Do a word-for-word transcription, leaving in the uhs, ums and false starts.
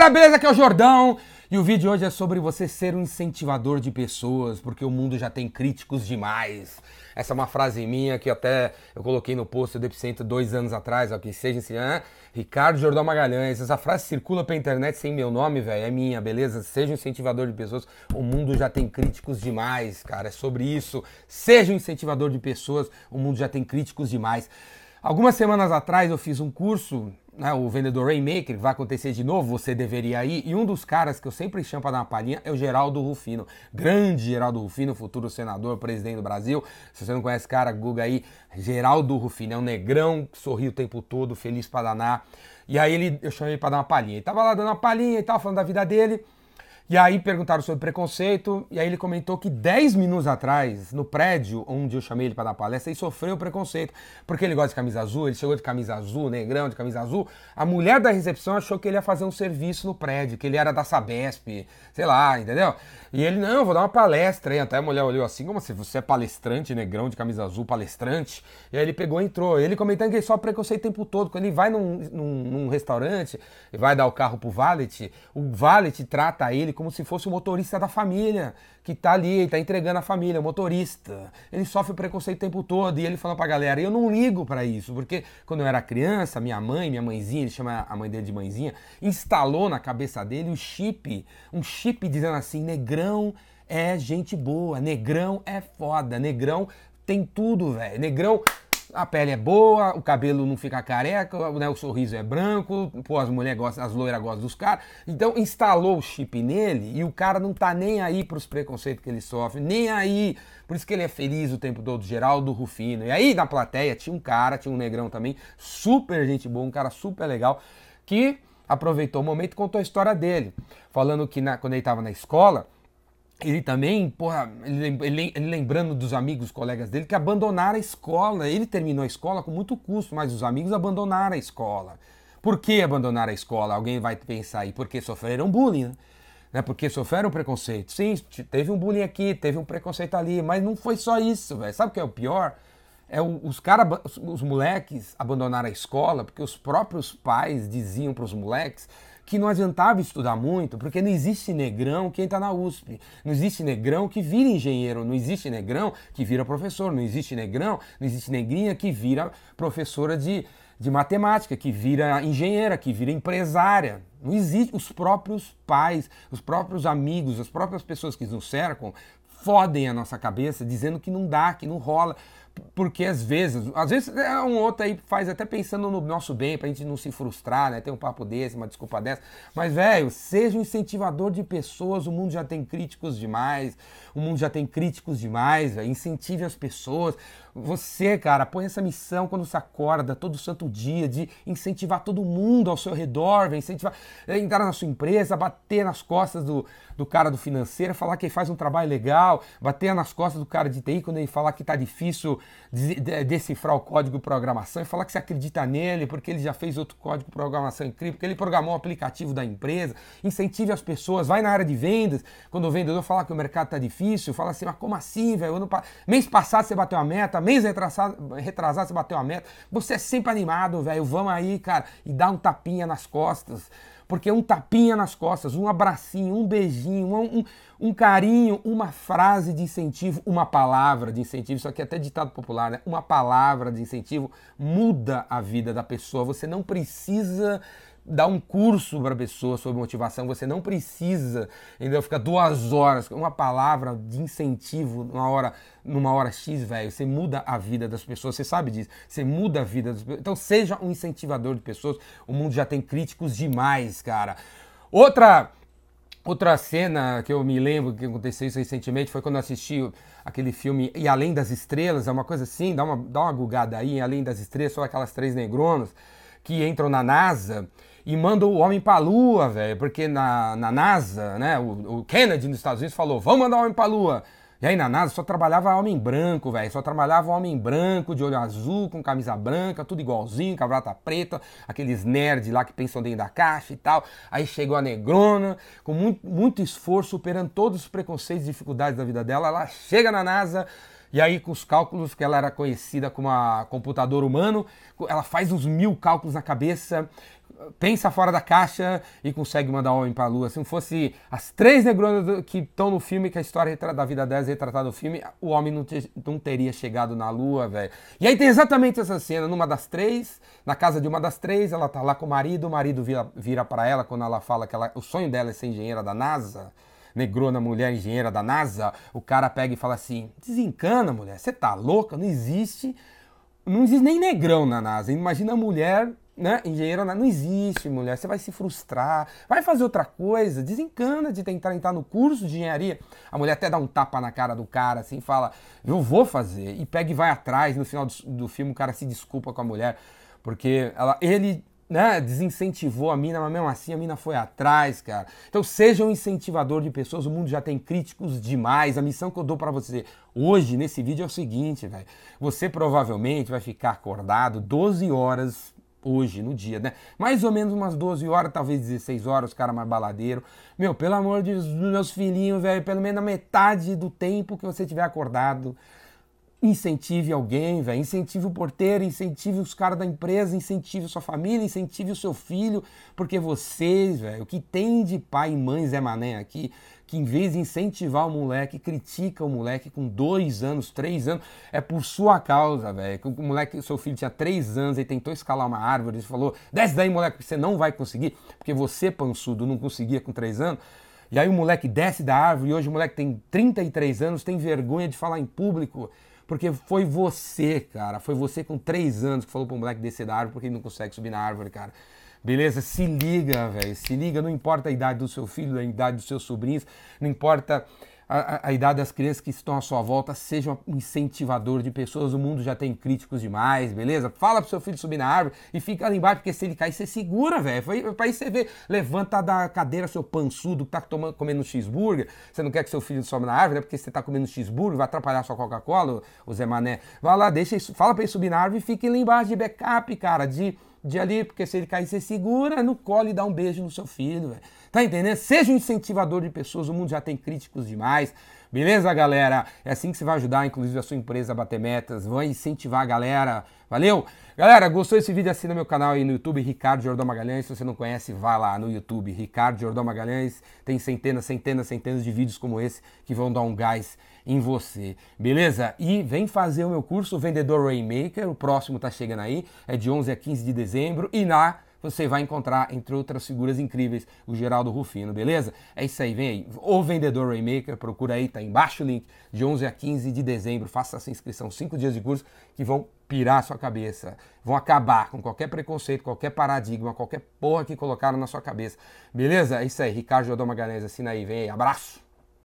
galera, beleza? Aqui é o Jordão e o vídeo de hoje é sobre você ser um incentivador de pessoas, porque o mundo já tem críticos demais. Essa é uma frase minha que até eu coloquei no post do Epicentro dois anos atrás, ó, que seja assim, ah, Ricardo Jordão Magalhães. Essa frase circula pela internet sem meu nome, velho, é minha, beleza? Seja um incentivador de pessoas, o mundo já tem críticos demais, cara, é sobre isso. Seja um incentivador de pessoas, o mundo já tem críticos demais. Algumas semanas atrás eu fiz um curso, né, o Vendedor Rainmaker, que vai acontecer de novo, você deveria ir, e um dos caras que eu sempre chamo para dar uma palhinha é o Geraldo Rufino, grande Geraldo Rufino, futuro senador, presidente do Brasil. Se você não conhece, cara, Google aí, Geraldo Rufino, é um negrão que sorri o tempo todo, feliz para danar. E aí ele, eu chamei para dar uma palhinha, ele tava lá dando uma palhinha e tal, falando da vida dele. E aí perguntaram sobre preconceito, e aí ele comentou que dez minutos atrás, no prédio onde eu chamei ele para dar palestra, ele sofreu preconceito, porque ele gosta de camisa azul, ele chegou de camisa azul, negrão de camisa azul, a mulher da recepção achou que ele ia fazer um serviço no prédio, que ele era da Sabesp, sei lá, entendeu? E ele, não, vou dar uma palestra, aí até a mulher olhou assim, como se você é palestrante, negrão de camisa azul, palestrante, e aí ele pegou e entrou, ele comentando que ele sofre preconceito o tempo todo, quando ele vai num, num, num restaurante, e vai dar o carro pro valet, o valet trata ele como se fosse o motorista da família, que tá ali, tá entregando a família, o motorista. Ele sofre preconceito o tempo todo, e ele falou pra galera, eu não ligo pra isso, porque quando eu era criança, minha mãe, minha mãezinha, ele chama a mãe dele de mãezinha, instalou na cabeça dele o chip, um chip dizendo assim, negrão é gente boa, negrão é foda, negrão tem tudo, velho, negrão... A pele é boa, o cabelo não fica careca, né, o sorriso é branco, pô, as mulheres gostam, as loiras gostam dos caras. Então instalou o chip nele e o cara não tá nem aí pros preconceitos que ele sofre, nem aí. Por isso que ele é feliz o tempo todo, Geraldo Rufino. E aí na plateia tinha um cara, tinha um negrão também, super gente boa, um cara super legal, que aproveitou o momento e contou a história dele. Falando que na, quando ele tava na escola, ele também, porra, ele, ele, ele lembrando dos amigos, colegas dele, que abandonaram a escola. Ele terminou a escola com muito custo, mas os amigos abandonaram a escola. Por que abandonaram a escola? Alguém vai pensar aí, porque sofreram bullying, né? Porque sofreram preconceito. Sim, teve um bullying aqui, teve um preconceito ali, mas não foi só isso, velho. Sabe o que é o pior? É o, os caras, os, os moleques abandonaram a escola porque os próprios pais diziam para os moleques que não adiantava estudar muito, porque não existe negrão que entra na U S P, não existe negrão que vira engenheiro, não existe negrão que vira professor, não existe negrão, não existe negrinha que vira professora de, de matemática, que vira engenheira, que vira empresária. Não existe. Os próprios pais, os próprios amigos, as próprias pessoas que nos cercam fodem a nossa cabeça dizendo que não dá, que não rola. Porque às vezes, às vezes é um outro aí faz até pensando no nosso bem, pra gente não se frustrar, né? Tem um papo desse, uma desculpa dessa. Mas, velho, seja um incentivador de pessoas, o mundo já tem críticos demais, o mundo já tem críticos demais, velho. Incentive as pessoas. Você, cara, põe essa missão quando você acorda, todo santo dia, de incentivar todo mundo ao seu redor, véio, incentivar, entrar na sua empresa, bater nas costas do, do cara do financeiro, falar que ele faz um trabalho legal, bater nas costas do cara de T I quando ele falar que tá difícil decifrar o código de programação e falar que você acredita nele porque ele já fez outro código de programação incrível, porque ele programou um aplicativo da empresa. Incentive as pessoas, vai na área de vendas, quando o vendedor falar que o mercado tá difícil, fala assim, mas como assim, velho? Mês passado você bateu a meta, mês retrasado, retrasado você bateu a meta, você é sempre animado, velho, vamos aí, cara, e dá um tapinha nas costas. Porque um tapinha nas costas, um abracinho, um beijinho, um, um, um carinho, uma frase de incentivo, uma palavra de incentivo, isso aqui é até ditado popular, né? Uma palavra de incentivo muda a vida da pessoa. Você não precisa dar um curso para a pessoa sobre motivação, você não precisa, entendeu? Fica duas horas, uma palavra de incentivo numa hora, numa hora X, velho, você muda a vida das pessoas, você sabe disso, você muda a vida das pessoas. Então seja um incentivador de pessoas, o mundo já tem críticos demais, cara. Outra... Outra cena que eu me lembro que aconteceu isso recentemente foi quando eu assisti aquele filme E Além das Estrelas, é uma coisa assim, dá uma, dá uma gugada aí, Além das Estrelas, são aquelas três negronas que entram na NASA e mandam o homem pra Lua, velho, porque na, na NASA, né, o, o Kennedy nos Estados Unidos falou, vamos mandar o homem pra Lua. E aí na NASA só trabalhava homem branco, velho. Só trabalhava homem branco, de olho azul, com camisa branca, tudo igualzinho, gravata preta, aqueles nerds lá que pensam dentro da caixa e tal. Aí chegou a negrona, com muito, muito esforço, superando todos os preconceitos e dificuldades da vida dela. Ela chega na NASA E aí, com os cálculos que ela era conhecida como a computador humano, ela faz uns mil cálculos na cabeça, pensa fora da caixa e consegue mandar o homem pra lua. Se não fosse as três negronas que estão no filme, que a história da vida delas é retratada no filme, o homem não, te, não teria chegado na lua, velho. E aí tem exatamente essa cena, numa das três, na casa de uma das três, ela tá lá com o marido, o marido vira, vira pra ela quando ela fala que ela, o sonho dela é ser engenheira da NASA, negrona, mulher, engenheira da NASA, o cara pega e fala assim, desencana, mulher, você tá louca? Não existe, não existe nem negrão na NASA, imagina a mulher... Né? Engenheiro não existe, mulher. Você vai se frustrar, vai fazer outra coisa, desencana de tentar entrar no curso de engenharia. A mulher até dá um tapa na cara do cara, assim, fala, eu vou fazer. E pega e vai atrás. No final do, do filme, o cara se desculpa com a mulher, porque ela, ele, né, desincentivou a mina, mas mesmo assim a mina foi atrás, cara. Então seja um incentivador de pessoas. O mundo já tem críticos demais. A missão que eu dou pra você hoje, nesse vídeo, é o seguinte, velho. Você provavelmente vai ficar acordado doze horas hoje, no dia, né? Mais ou menos umas doze horas, talvez dezesseis horas, os caras mais baladeiro. Meu, pelo amor de Deus, meus filhinhos, velho, pelo menos a metade do tempo que você tiver acordado, incentive alguém, velho. Incentive o porteiro, incentive os caras da empresa, incentive sua família, incentive o seu filho, porque vocês, velho, o que tem de pai e mãe Zé Mané aqui, que em vez de incentivar o moleque, critica o moleque com dois anos, três anos, é por sua causa, velho. O moleque, seu filho tinha três anos e tentou escalar uma árvore e falou, desce daí, moleque, você não vai conseguir, porque você, pançudo, não conseguia com três anos. E aí o moleque desce da árvore e hoje o moleque tem trinta e três anos, tem vergonha de falar em público, porque foi você, cara, foi você com três anos que falou pro moleque descer da árvore porque ele não consegue subir na árvore, cara. Beleza? Se liga, velho. Se liga, não importa a idade do seu filho, a idade dos seus sobrinhos, não importa a, a, a idade das crianças que estão à sua volta, seja um incentivador de pessoas. O mundo já tem críticos demais, beleza? Fala pro seu filho subir na árvore e fica ali embaixo, porque se ele cair, você segura, velho. Pra aí você ver, levanta da cadeira seu pançudo que tá tomando, comendo cheeseburger. Você não quer que seu filho sobe na árvore, né? Porque você tá comendo cheeseburger, vai atrapalhar sua Coca-Cola, o Zé Mané. Vai lá, deixa isso, fala pra ele subir na árvore e fique lá embaixo de backup, cara, de... de ali, porque se ele cair, você segura no colo e dá um beijo no seu filho, velho. Tá entendendo? Seja um incentivador de pessoas, o mundo já tem críticos demais. Beleza, galera? É assim que você vai ajudar, inclusive, a sua empresa a bater metas. Vai incentivar a galera. Valeu? Galera, gostou desse vídeo? Assina meu canal aí no YouTube, Ricardo Jordão Magalhães. Se você não conhece, vai lá no YouTube, Ricardo Jordão Magalhães. Tem centenas, centenas, centenas de vídeos como esse que vão dar um gás em você, beleza? E vem fazer o meu curso Vendedor Rainmaker, o próximo tá chegando aí, é de onze a quinze de dezembro, e lá você vai encontrar, entre outras figuras incríveis, o Geraldo Rufino, beleza? É isso aí, vem aí, o Vendedor Rainmaker, procura aí, tá embaixo o link, de onze a quinze de dezembro, faça essa inscrição, cinco dias de curso que vão pirar a sua cabeça, vão acabar com qualquer preconceito, qualquer paradigma, qualquer porra que colocaram na sua cabeça, beleza? É isso aí, Ricardo Jordão Magalhães, assina aí, vem aí, abraço!